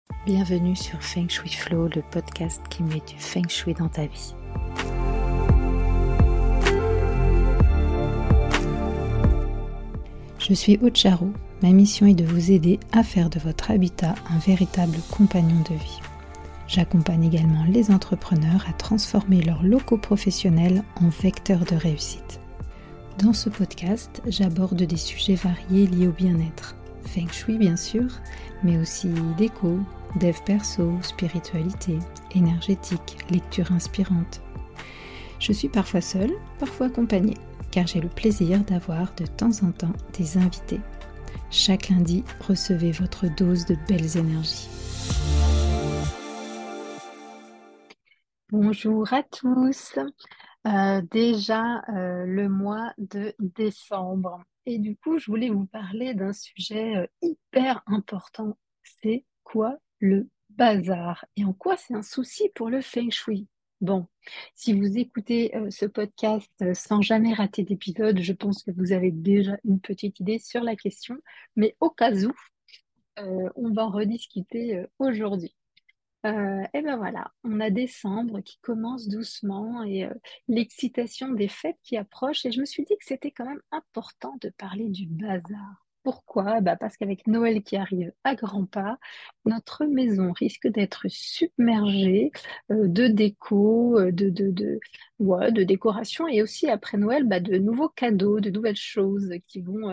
Bienvenue sur Feng Shui Flow, le podcast qui met du Feng Shui dans ta vie. Je suis Aude Charot. Ma mission est de vous aider à faire de votre habitat un véritable compagnon de vie. J'accompagne également les entrepreneurs à transformer leurs locaux professionnels en vecteurs de réussite. Dans ce podcast, j'aborde des sujets variés liés au bien-être. Feng Shui bien sûr, mais aussi déco, dev perso, spiritualité, énergétique, lecture inspirante. Je suis parfois seule, parfois accompagnée, car j'ai le plaisir d'avoir de temps en temps des invités. Chaque lundi, recevez votre dose de belles énergies. Bonjour à tous. Le mois de décembre. Et du coup, je voulais vous parler d'un sujet hyper important. C'est quoi le bazar? Et en quoi c'est un souci pour le Feng Shui? Bon, si vous écoutez ce podcast sans jamais rater d'épisode, je pense que vous avez déjà une petite idée sur la question. Mais au cas où, on va en rediscuter aujourd'hui. Et ben voilà, on a décembre qui commence doucement et l'excitation des fêtes qui approche. Et je me suis dit que c'était quand même important de parler du bazar. Pourquoi? Bah parce qu'avec Noël qui arrive à grands pas, notre maison risque d'être submergée de déco, ouais, de décoration et aussi après Noël, bah, de nouveaux cadeaux, de nouvelles choses qui vont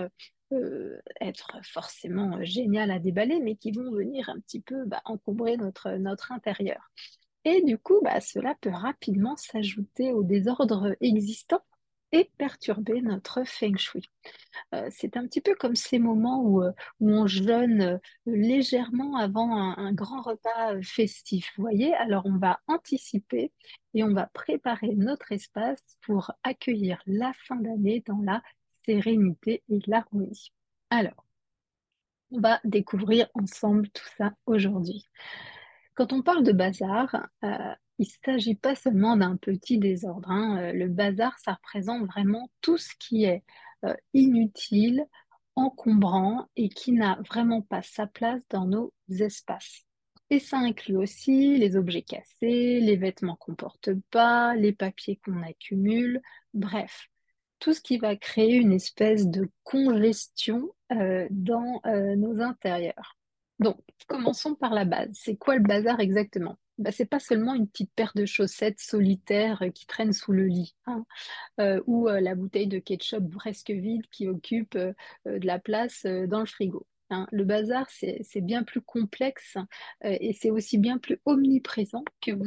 être forcément géniales à déballer, mais qui vont venir un petit peu encombrer notre intérieur. Et du coup, cela peut rapidement s'ajouter au désordre existant et perturber notre feng shui. C'est un petit peu comme ces moments où on jeûne légèrement avant un grand repas festif, vous voyez? Alors on va anticiper et on va préparer notre espace pour accueillir la fin d'année dans la sérénité et l'harmonie. Alors, on va découvrir ensemble tout ça aujourd'hui. Quand on parle de bazar, il ne s'agit pas seulement d'un petit désordre, hein. Le bazar, ça représente vraiment tout ce qui est inutile, encombrant et qui n'a vraiment pas sa place dans nos espaces. Et ça inclut aussi les objets cassés, les vêtements qu'on porte pas, les papiers qu'on accumule, bref, tout ce qui va créer une espèce de congestion dans nos intérieurs. Donc, commençons par la base. C'est quoi le bazar exactement? C'est pas seulement une petite paire de chaussettes solitaires qui traînent sous le lit, hein, ou la bouteille de ketchup presque vide qui occupe de la place dans le frigo, hein. Le bazar, c'est bien plus complexe et c'est aussi bien plus omniprésent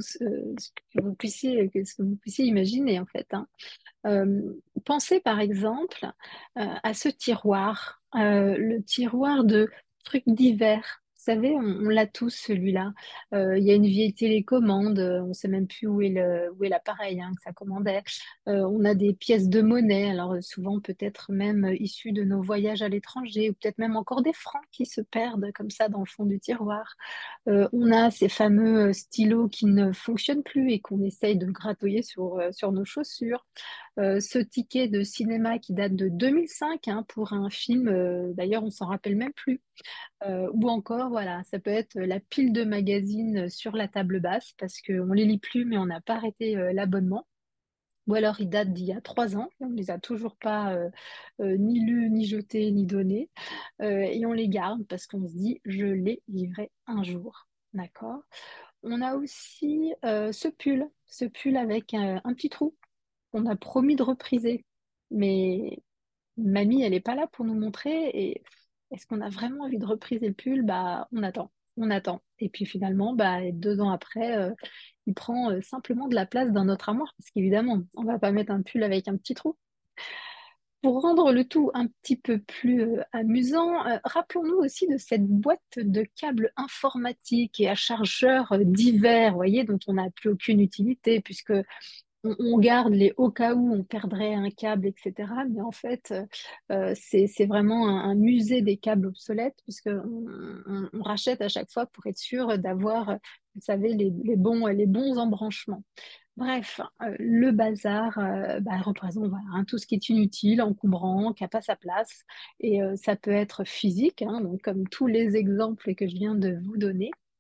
que ce que vous puissiez imaginer en fait, hein. Pensez par exemple à ce tiroir, le tiroir de trucs divers. Vous savez, on l'a tous celui-là. Il y a une vieille télécommande, on ne sait même plus où est l'appareil hein, que ça commandait. On a des pièces de monnaie, alors souvent peut-être même issues de nos voyages à l'étranger, ou peut-être même encore des francs qui se perdent comme ça dans le fond du tiroir. On a ces fameux stylos qui ne fonctionnent plus et qu'on essaye de gratouiller sur nos chaussures. Ce ticket de cinéma qui date de 2005 hein, pour un film, d'ailleurs on s'en rappelle même plus. Ou encore, voilà, ça peut être la pile de magazines sur la table basse parce qu'on les lit plus mais on n'a pas arrêté l'abonnement. Ou alors ils datent d'il y a 3 ans, on ne les a toujours pas ni lus, ni jetés, ni donnés. Et on les garde parce qu'on se dit, je les livrerai un jour. D'accord? On a aussi ce pull avec un petit trou qu'on a promis de repriser. Mais mamie, elle n'est pas là pour nous montrer. Et est-ce qu'on a vraiment envie de repriser le pull? On attend, on attend. Et puis finalement, 2 ans après, il prend simplement de la place dans notre armoire. Parce qu'évidemment, on va pas mettre un pull avec un petit trou. Pour rendre le tout un petit peu plus amusant, rappelons-nous aussi de cette boîte de câbles informatiques et à chargeurs divers, vous voyez, dont on n'a plus aucune utilité puisque on garde les au cas où on perdrait un câble, etc. Mais en fait, c'est vraiment un musée des câbles obsolètes, puisque on rachète à chaque fois pour être sûr d'avoir, vous savez, les bons embranchements. Bref, le bazar représente voilà, hein, tout ce qui est inutile, encombrant, qui n'a pas sa place. Et ça peut être physique, hein, donc comme tous les exemples que je viens de vous donner,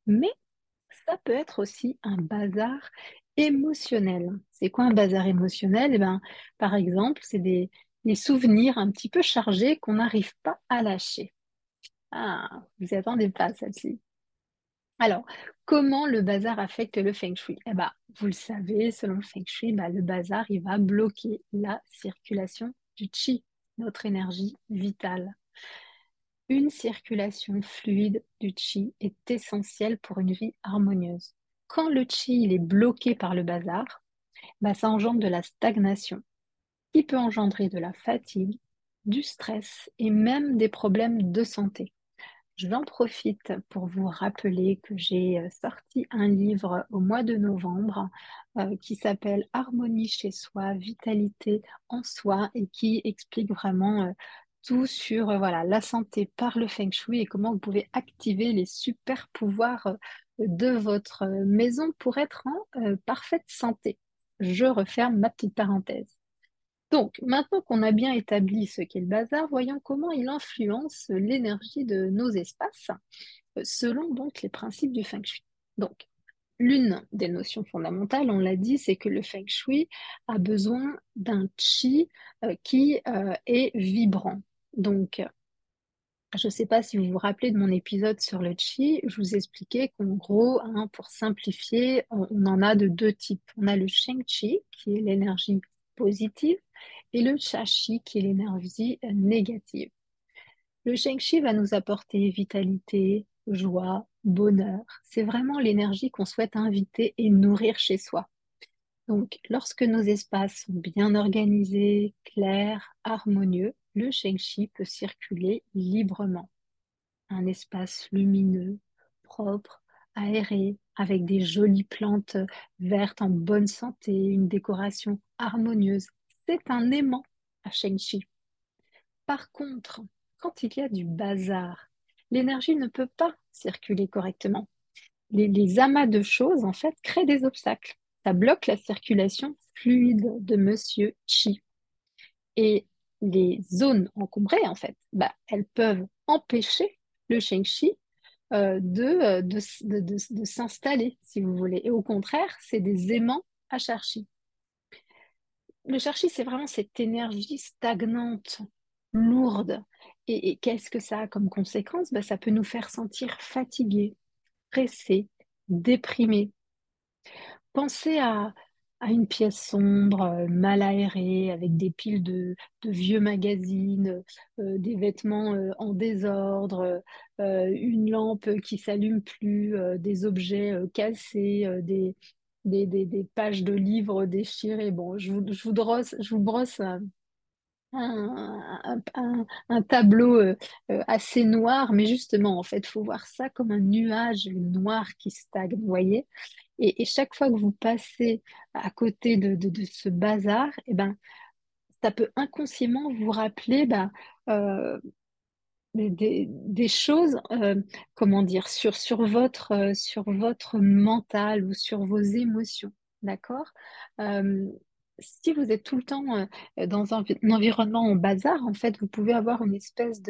Mais ça peut être aussi un bazar émotionnel. C'est quoi un bazar émotionnel? Eh ben, par exemple, c'est des souvenirs un petit peu chargés qu'on n'arrive pas à lâcher. Ah, vous y attendez pas, celle-ci. Alors, comment le bazar affecte le feng shui? Eh ben, vous le savez, selon le feng shui, bah, le bazar, il va bloquer la circulation du qi, notre énergie vitale. Une circulation fluide du qi est essentielle pour une vie harmonieuse. Quand le qi il est bloqué par le bazar, bah, ça engendre de la stagnation, qui peut engendrer de la fatigue, du stress et même des problèmes de santé. J'en profite pour vous rappeler que j'ai sorti un livre au mois de novembre qui s'appelle Harmonie chez soi, vitalité en soi et qui explique vraiment tout sur voilà, la santé par le feng shui et comment vous pouvez activer les super pouvoirs de votre maison pour être en parfaite santé. Je referme ma petite parenthèse. Donc, maintenant qu'on a bien établi ce qu'est le bazar, voyons comment il influence l'énergie de nos espaces selon donc les principes du feng shui. Donc, l'une des notions fondamentales, on l'a dit, c'est que le feng shui a besoin d'un qi qui est vibrant. Donc, je ne sais pas si vous vous rappelez de mon épisode sur le qi, je vous expliquais qu'en gros, hein, pour simplifier, on en a de deux types. On a le sheng qi, qui est l'énergie positive, et le cha qi, qui est l'énergie négative. Le sheng qi va nous apporter vitalité, joie, bonheur. C'est vraiment l'énergie qu'on souhaite inviter et nourrir chez soi. Donc, lorsque nos espaces sont bien organisés, clairs, harmonieux, le sheng qi peut circuler librement. Un espace lumineux, propre, aéré, avec des jolies plantes vertes en bonne santé, une décoration harmonieuse. C'est un aimant à sheng qi. Par contre, quand il y a du bazar, l'énergie ne peut pas circuler correctement. Les amas de choses, en fait, créent des obstacles. Ça bloque la circulation fluide de Monsieur Chi. Et les zones encombrées, en fait, bah, elles peuvent empêcher le Sheng Chi de s'installer, si vous voulez. Et au contraire, c'est des aimants à Charchi. Le Cherchi, c'est vraiment cette énergie stagnante, lourde. Et qu'est-ce que ça a comme conséquence? Ben, ça peut nous faire sentir fatigués, pressés, déprimés. Pensez à une pièce sombre, mal aérée, avec des piles de vieux magazines, des vêtements en désordre, une lampe qui s'allume plus, des objets cassés, des pages de livres déchirées. Bon, je vous brosse un tableau assez noir, mais justement, en fait, il faut voir ça comme un nuage noir qui stagne, vous voyez? Et chaque fois que vous passez à côté de ce bazar, eh ben, ça peut inconsciemment vous rappeler euh, des choses, comment dire, sur votre mental ou sur vos émotions, d'accord? Euh, si vous êtes tout le temps dans un environnement en bazar, en fait, vous pouvez avoir une espèce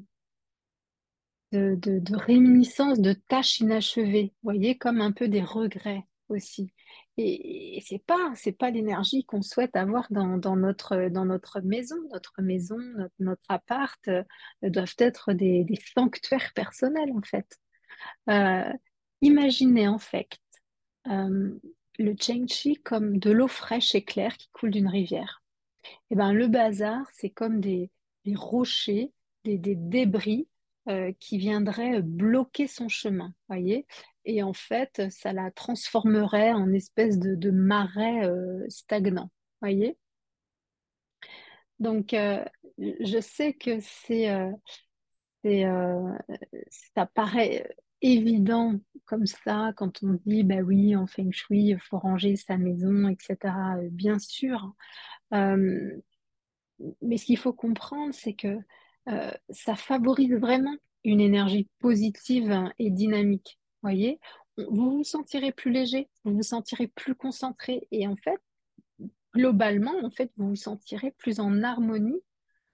de réminiscence de tâches inachevées, vous voyez, comme un peu des regrets aussi. Et c'est pas l'énergie qu'on souhaite avoir dans notre maison, notre appart, doivent être des sanctuaires personnels, en fait. Euh, Imaginez, en fait, euh, le Chengchi comme de l'eau fraîche et claire qui coule d'une rivière. Eh ben, le bazar, c'est comme des rochers, des débris qui viendraient bloquer son chemin, voyez? Et en fait, ça la transformerait en espèce de marais stagnant, voyez? Donc, je sais que c'est, ça paraît évident comme ça quand on dit, bah oui, en feng shui, il faut ranger sa maison, etc. Bien sûr. Euh, Mais ce qu'il faut comprendre, c'est que ça favorise vraiment une énergie positive hein, et dynamique. Voyez, vous vous sentirez plus léger, vous vous sentirez plus concentré et en fait, globalement, en fait, vous vous sentirez plus en harmonie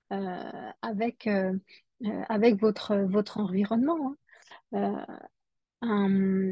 avec, avec votre environnement. Hein. un-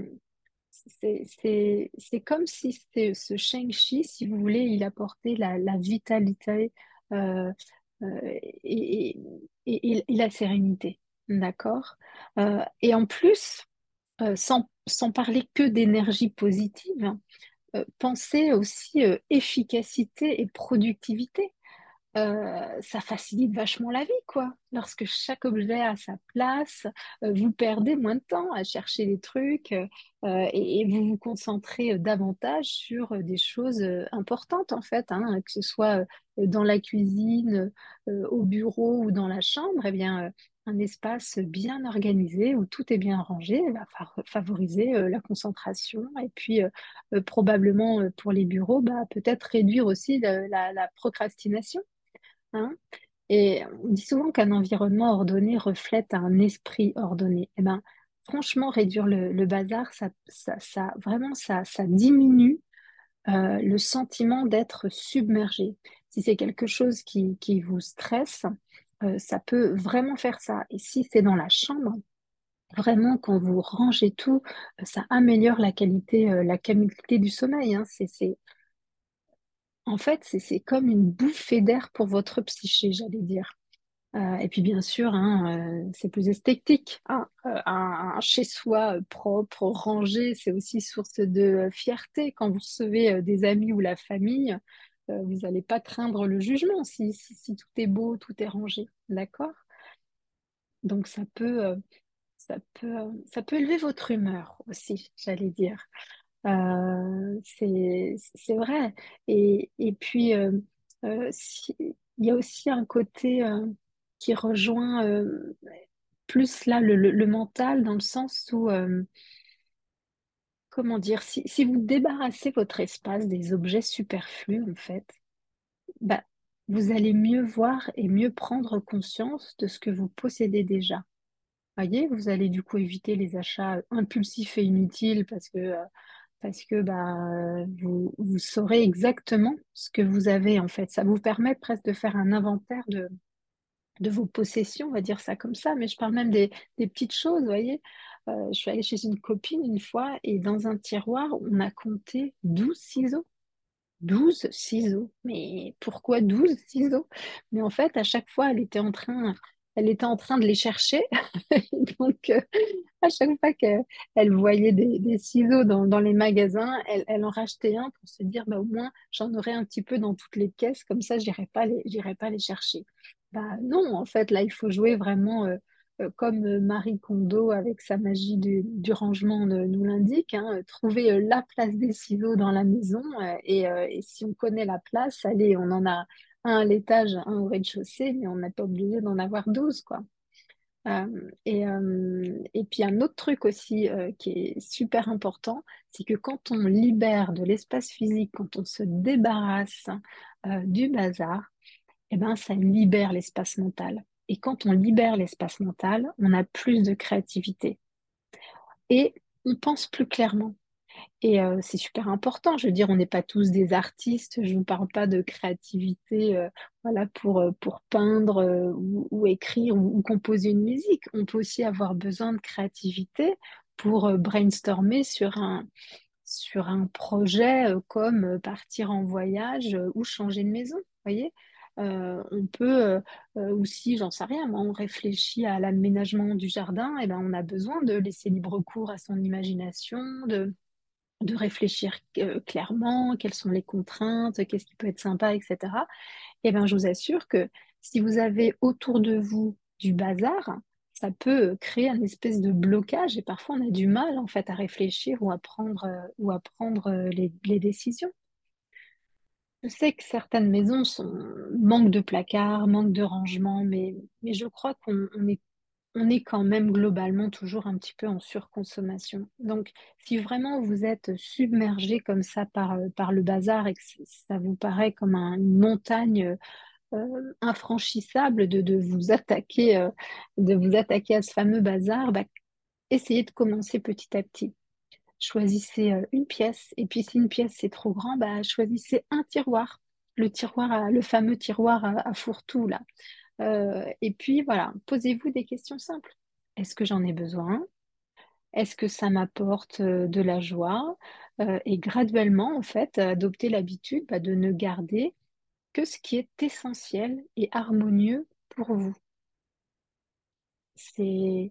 c'est comme si ce Shang-Chi, si vous voulez, il apportait la vitalité euh, et, et la sérénité. D'accord? Et en plus, sans parler que d'énergie positive, pensez aussi efficacité et productivité. Ça facilite vachement la vie, quoi. Lorsque chaque objet a sa place, vous perdez moins de temps à chercher les trucs et vous vous concentrez davantage sur des choses importantes, en fait, hein, que ce soit dans la cuisine, au bureau ou dans la chambre, eh bien, un espace bien organisé où tout est bien rangé va favoriser la concentration et puis probablement pour les bureaux, bah, peut-être réduire aussi la procrastination. Hein. Et on dit souvent qu'un environnement ordonné reflète un esprit ordonné. Eh ben, franchement, réduire le bazar, vraiment, ça diminue le sentiment d'être submergé. Si c'est quelque chose qui vous stresse, ça peut vraiment faire ça. Et si c'est dans la chambre, vraiment, quand vous rangez tout, ça améliore la qualité du sommeil. Hein. En fait, c'est comme une bouffée d'air pour votre psyché, j'allais dire. Et puis bien sûr, hein, c'est plus esthétique. Hein. Un chez-soi propre, rangé, c'est aussi source de fierté. Quand vous recevez des amis ou la famille, vous n'allez pas craindre le jugement si tout est beau, tout est rangé. D'accord? Donc ça peut élever votre humeur aussi, j'allais dire. C'est vrai. Et puis, il y a aussi un côté qui rejoint plus là le mental dans le sens où, comment dire, si vous débarrassez votre espace des objets superflus, en fait, bah, vous allez mieux voir et mieux prendre conscience de ce que vous possédez déjà. Voyez, vous allez du coup éviter les achats impulsifs et inutiles parce que bah, vous saurez exactement ce que vous avez en fait. Ça vous permet presque de faire un inventaire de vos possessions, on va dire ça comme ça, mais je parle même des petites choses, vous voyez. Je suis allée chez une copine une fois et dans un tiroir, on a compté 12 ciseaux. 12 ciseaux. Mais pourquoi 12 ciseaux? Mais en fait, à chaque fois, elle était en train de les chercher. Donc, à chaque fois qu'elle voyait des ciseaux dans les magasins, elle en rachetait un pour se dire, bah, au moins, j'en aurai un petit peu dans toutes les caisses, comme ça, j'irai pas les chercher. Bah, non, en fait, là, il faut jouer vraiment comme Marie Kondo avec sa magie du rangement nous l'indique, hein, trouver la place des ciseaux dans la maison et si on connaît la place, allez, on en a un à l'étage, un au rez-de-chaussée, mais on n'a pas obligé d'en avoir 12, quoi. Et puis un autre truc aussi qui est super important, c'est que quand on libère de l'espace physique, quand on se débarrasse du bazar, eh ben, ça libère l'espace mental. Et quand on libère l'espace mental, on a plus de créativité et on pense plus clairement. Et c'est super important. Je veux dire, on n'est pas tous des artistes. Je ne vous parle pas de créativité voilà, pour peindre ou écrire ou composer une musique. On peut aussi avoir besoin de créativité pour brainstormer sur un projet comme partir en voyage ou changer de maison. Vous voyez? On peut aussi, j'en sais rien, moi, on réfléchit à l'aménagement du jardin, et ben on a besoin de laisser libre cours à son imagination, de réfléchir clairement, quelles sont les contraintes, qu'est-ce qui peut être sympa, etc. Et ben, je vous assure que si vous avez autour de vous du bazar, ça peut créer un espèce de blocage et parfois on a du mal en fait à réfléchir ou à prendre les décisions. Je sais que certaines maisons manquent de placards, manquent de rangement, mais je crois on est quand même globalement toujours un petit peu en surconsommation. Donc, si vraiment vous êtes submergé comme ça par le bazar et que ça vous paraît comme une montagne infranchissable de vous attaquer à ce fameux bazar, bah, essayez de commencer petit à petit. Choisissez une pièce et puis si une pièce c'est trop grand, bah, choisissez un tiroir. Le fameux tiroir à fourre-tout là. Et puis voilà, posez-vous des questions simples. Est-ce que j'en ai besoin? Est-ce que ça m'apporte de la joie? Et graduellement, en fait, adopter l'habitude de ne garder que ce qui est essentiel et harmonieux pour vous. C'est,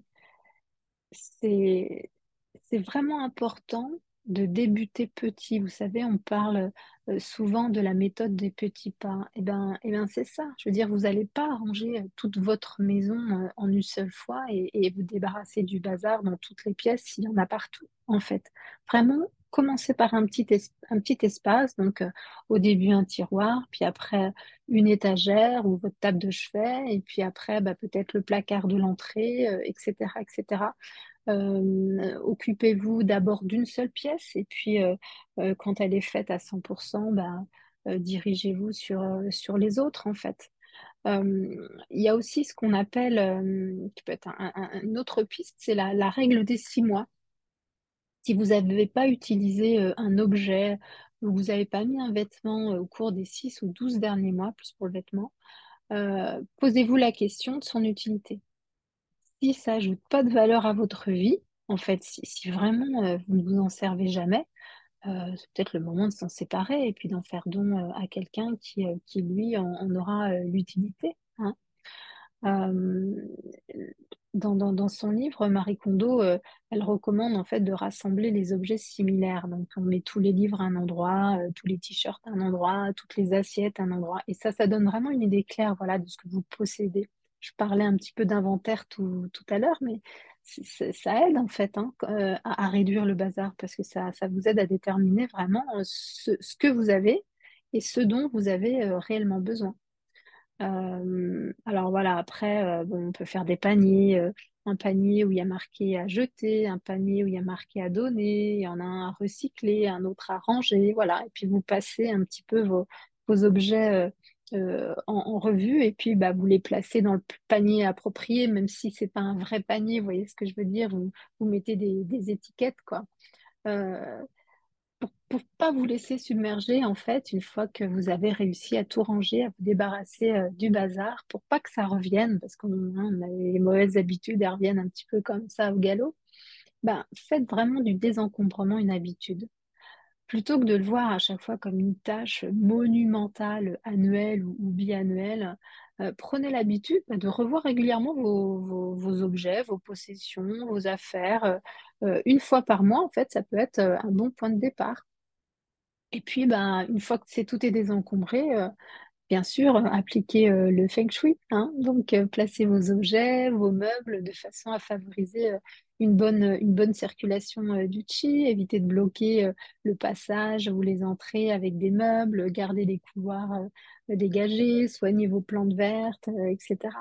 c'est, c'est vraiment important de débuter petit. Vous savez, on parle souvent de la méthode des petits pas. Eh ben, c'est ça. Je veux dire, vous n'allez pas arranger toute votre maison en une seule fois et vous débarrasser du bazar dans toutes les pièces s'il y en a partout, en fait. Vraiment, commencez par un petit espace. Donc, au début, un tiroir, puis après, une étagère ou votre table de chevet, et puis après, peut-être le placard de l'entrée, etc., etc. Occupez-vous d'abord d'une seule pièce et puis quand elle est faite à 100%, dirigez-vous sur les autres en fait. Il y a aussi ce qu'on appelle, qui peut être une autre piste, c'est la règle des 6 mois. Si vous n'avez pas utilisé un objet ou vous n'avez pas mis un vêtement au cours des 6 ou 12 derniers mois, plus pour le vêtement, posez-vous la question de son utilité. Si ça ajoute pas de valeur à votre vie, en fait, si vraiment vous ne vous en servez jamais, c'est peut-être le moment de s'en séparer et puis d'en faire don à quelqu'un qui lui, en aura l'utilité, hein. Euh, dans son livre, Marie Kondo, elle recommande en fait de rassembler les objets similaires. Donc, on met tous les livres à un endroit, tous les t-shirts à un endroit, toutes les assiettes à un endroit. Et ça donne vraiment une idée claire, voilà, de ce que vous possédez. Je parlais un petit peu d'inventaire tout à l'heure, mais ça aide en fait, hein, à réduire le bazar parce que ça vous aide à déterminer vraiment ce que vous avez et ce dont vous avez réellement besoin. Alors voilà, après, bon, on peut faire des paniers, un panier où il y a marqué à jeter, un panier où il y a marqué à donner, il y en a un à recycler, un autre à ranger, voilà. Et puis vous passez un petit peu vos objets en revue et puis vous les placez dans le panier approprié, même si c'est pas un vrai panier, vous voyez ce que je veux dire, vous mettez des étiquettes, quoi. Euh, pour pas vous laisser submerger, en fait, une fois que vous avez réussi à tout ranger, à vous débarrasser du bazar, pour pas que ça revienne, parce qu'on a les mauvaises habitudes, elles reviennent un petit peu comme ça au galop, faites vraiment du désencombrement une habitude. Plutôt que de le voir à chaque fois comme une tâche monumentale, annuelle ou biannuelle, prenez l'habitude de revoir régulièrement vos objets, vos possessions, vos affaires. Une fois par mois, en fait, ça peut être un bon point de départ. Et puis, une fois que tout est désencombré, bien sûr, appliquez le feng shui, hein. Donc, placez vos objets, vos meubles de façon à favoriser une bonne circulation du qi, évitez de bloquer le passage ou les entrées avec des meubles, gardez les couloirs dégagés, soignez vos plantes vertes, etc.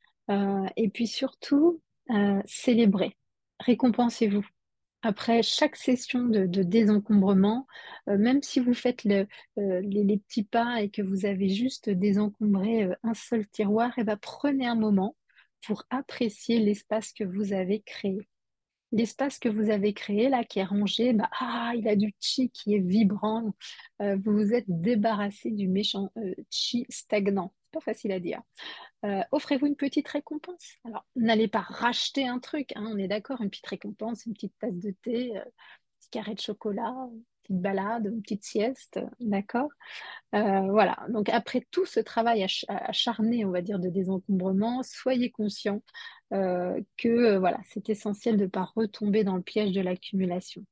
Et puis surtout, célébrez, récompensez-vous. Après chaque session de désencombrement, même si vous faites les petits pas et que vous avez juste désencombré un seul tiroir, prenez un moment pour apprécier l'espace que vous avez créé. L'espace que vous avez créé là, qui est rangé, il a du chi qui est vibrant. Vous vous êtes débarrassé du méchant chi stagnant. C'est pas facile à dire. Offrez-vous une petite récompense. Alors, n'allez pas racheter un truc, hein, on est d'accord, une petite récompense, une petite tasse de thé, un petit carré de chocolat, une petite balade, une petite sieste, d'accord? Voilà, donc après tout ce travail acharné, on va dire, de désencombrement, soyez conscient que voilà, c'est essentiel de ne pas retomber dans le piège de l'accumulation.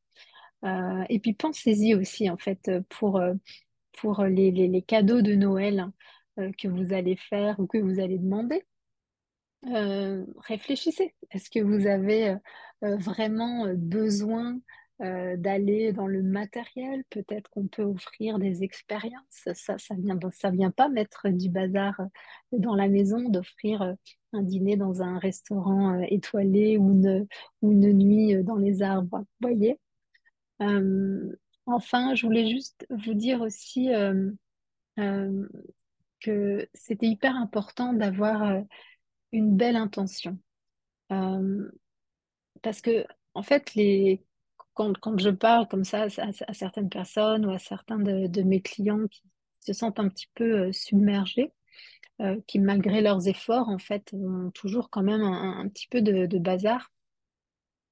Et puis pensez-y aussi, en fait, pour les cadeaux de Noël que vous allez faire ou que vous allez demander. Réfléchissez. Est-ce que vous avez vraiment besoin d'aller dans le matériel? Peut-être qu'on peut offrir des expériences. Ça vient pas mettre du bazar dans la maison, d'offrir un dîner dans un restaurant étoilé ou une nuit dans les arbres. Vous voyez? Euh, enfin, je voulais juste vous dire aussi euh, que c'était hyper important d'avoir une belle intention. Euh, Parce que, en fait, quand je parle comme ça à certaines personnes ou à certains de mes clients qui se sentent un petit peu submergés, qui malgré leurs efforts, en fait, ont toujours quand même un petit peu de bazar,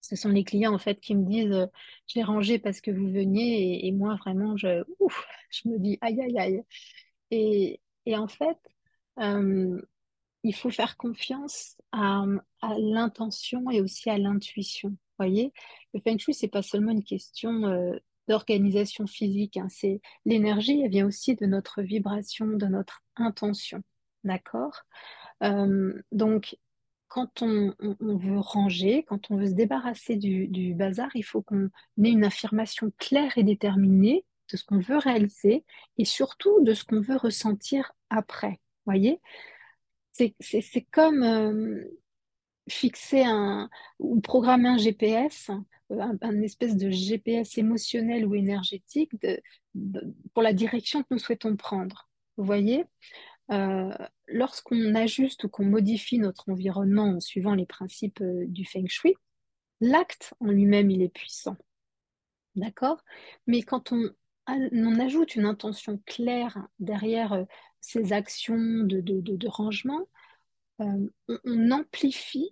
Ce sont les clients en fait qui me disent j'ai rangé parce que vous veniez et moi vraiment je me dis aïe aïe aïe. Et en fait, euh, il faut faire confiance à l'intention et aussi à l'intuition. Vous voyez, le Feng Shui, c'est pas seulement une question d'organisation physique, hein. C'est l'énergie, elle vient aussi de notre vibration, de notre intention. D'accord? Donc, quand on veut ranger, quand on veut se débarrasser du bazar, il faut qu'on ait une affirmation claire et déterminée de ce qu'on veut réaliser et surtout de ce qu'on veut ressentir après. Voyez? C'est comme fixer ou programmer un GPS, un espèce de GPS émotionnel ou énergétique pour la direction que nous souhaitons prendre. Vous voyez? Euh, Lorsqu'on ajuste ou qu'on modifie notre environnement en suivant les principes du Feng Shui, l'acte en lui-même, il est puissant. D'accord? Mais quand on ajoute une intention claire derrière ces actions de rangement, on amplifie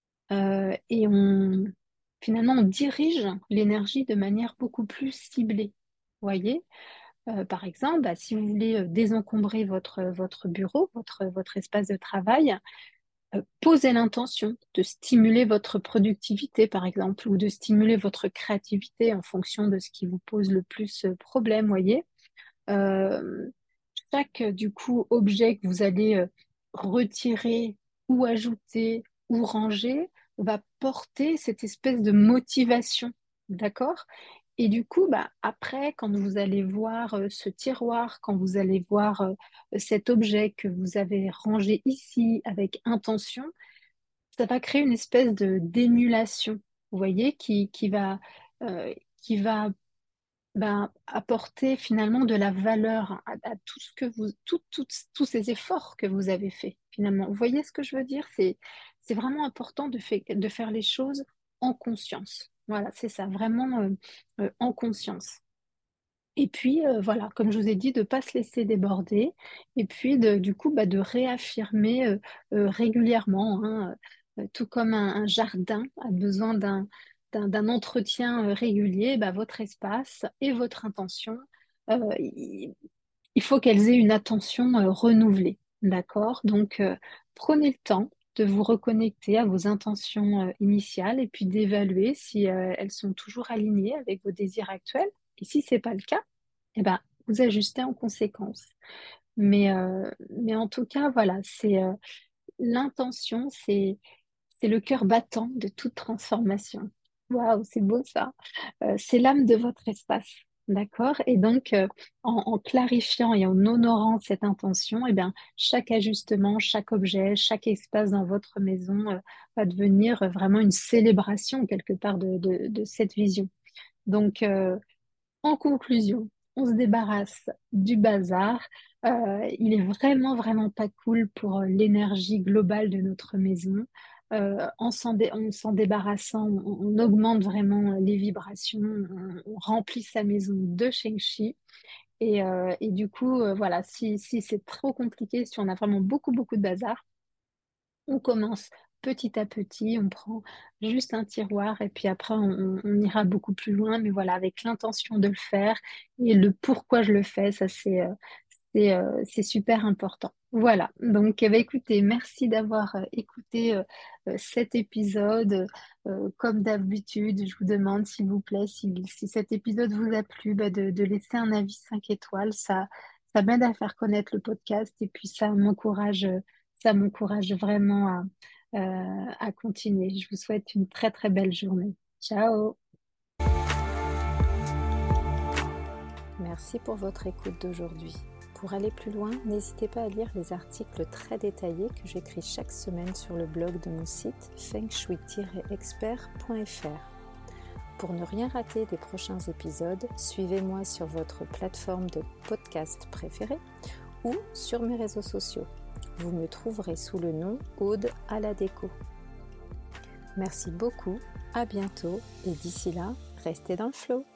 et finalement on dirige l'énergie de manière beaucoup plus ciblée. Vous voyez? Par exemple, bah, si vous voulez désencombrer votre bureau, votre espace de travail, posez l'intention de stimuler votre productivité, par exemple, ou de stimuler votre créativité en fonction de ce qui vous pose le plus problème, voyez. Euh, Chaque, du coup, objet que vous allez retirer ou ajouter ou ranger va porter cette espèce de motivation, d'accord? Et du coup, bah, après, quand vous allez voir ce tiroir, quand vous allez voir cet objet que vous avez rangé ici avec intention, ça va créer une espèce de d'émulation, vous voyez, euh, qui va apporter finalement de la valeur à tout ce que tous ces efforts que vous avez faits, finalement. Vous voyez ce que je veux dire? C'est vraiment important de faire les choses en conscience. Voilà, c'est ça, vraiment en conscience. Et puis, voilà, comme je vous ai dit, de ne pas se laisser déborder et puis du coup, de réaffirmer régulièrement, hein, tout comme un jardin a besoin d'un entretien régulier, votre espace et votre intention, il faut qu'elles aient une attention renouvelée. D'accord? Donc, prenez le temps de vous reconnecter à vos intentions initiales et puis d'évaluer si elles sont toujours alignées avec vos désirs actuels. Et si ce n'est pas le cas, eh ben, vous ajustez en conséquence. Mais en tout cas, voilà, l'intention, c'est le cœur battant de toute transformation. Waouh, c'est beau ça. C'est l'âme de votre espace. D'accord? Et donc, en clarifiant et en honorant cette intention, eh bien, chaque ajustement, chaque objet, chaque espace dans votre maison, va devenir vraiment une célébration quelque part de cette vision. Donc, en conclusion, on se débarrasse du bazar. Il est vraiment, vraiment pas cool pour l'énergie globale de notre maison. En s'en débarrassant, on augmente vraiment les vibrations, on remplit sa maison de Sheng Chi. Et du coup, voilà, si c'est trop compliqué, si on a vraiment beaucoup, beaucoup de bazar, on commence petit à petit, on prend juste un tiroir et puis après on ira beaucoup plus loin, mais voilà, avec l'intention de le faire et le pourquoi je le fais, ça c'est super important. Voilà, donc écoutez, merci d'avoir écouté cet épisode. Comme d'habitude, je vous demande s'il vous plaît, si cet épisode vous a plu, de laisser un avis 5 étoiles. Ça m'aide à faire connaître le podcast et puis ça m'encourage vraiment à continuer. Je vous souhaite une très très belle journée. Ciao! Merci pour votre écoute d'aujourd'hui. Pour aller plus loin, n'hésitez pas à lire les articles très détaillés que j'écris chaque semaine sur le blog de mon site fengshui-expert.fr. Pour ne rien rater des prochains épisodes, suivez-moi sur votre plateforme de podcast préférée ou sur mes réseaux sociaux. Vous me trouverez sous le nom Aude à la déco. Merci beaucoup, à bientôt et d'ici là, restez dans le flow.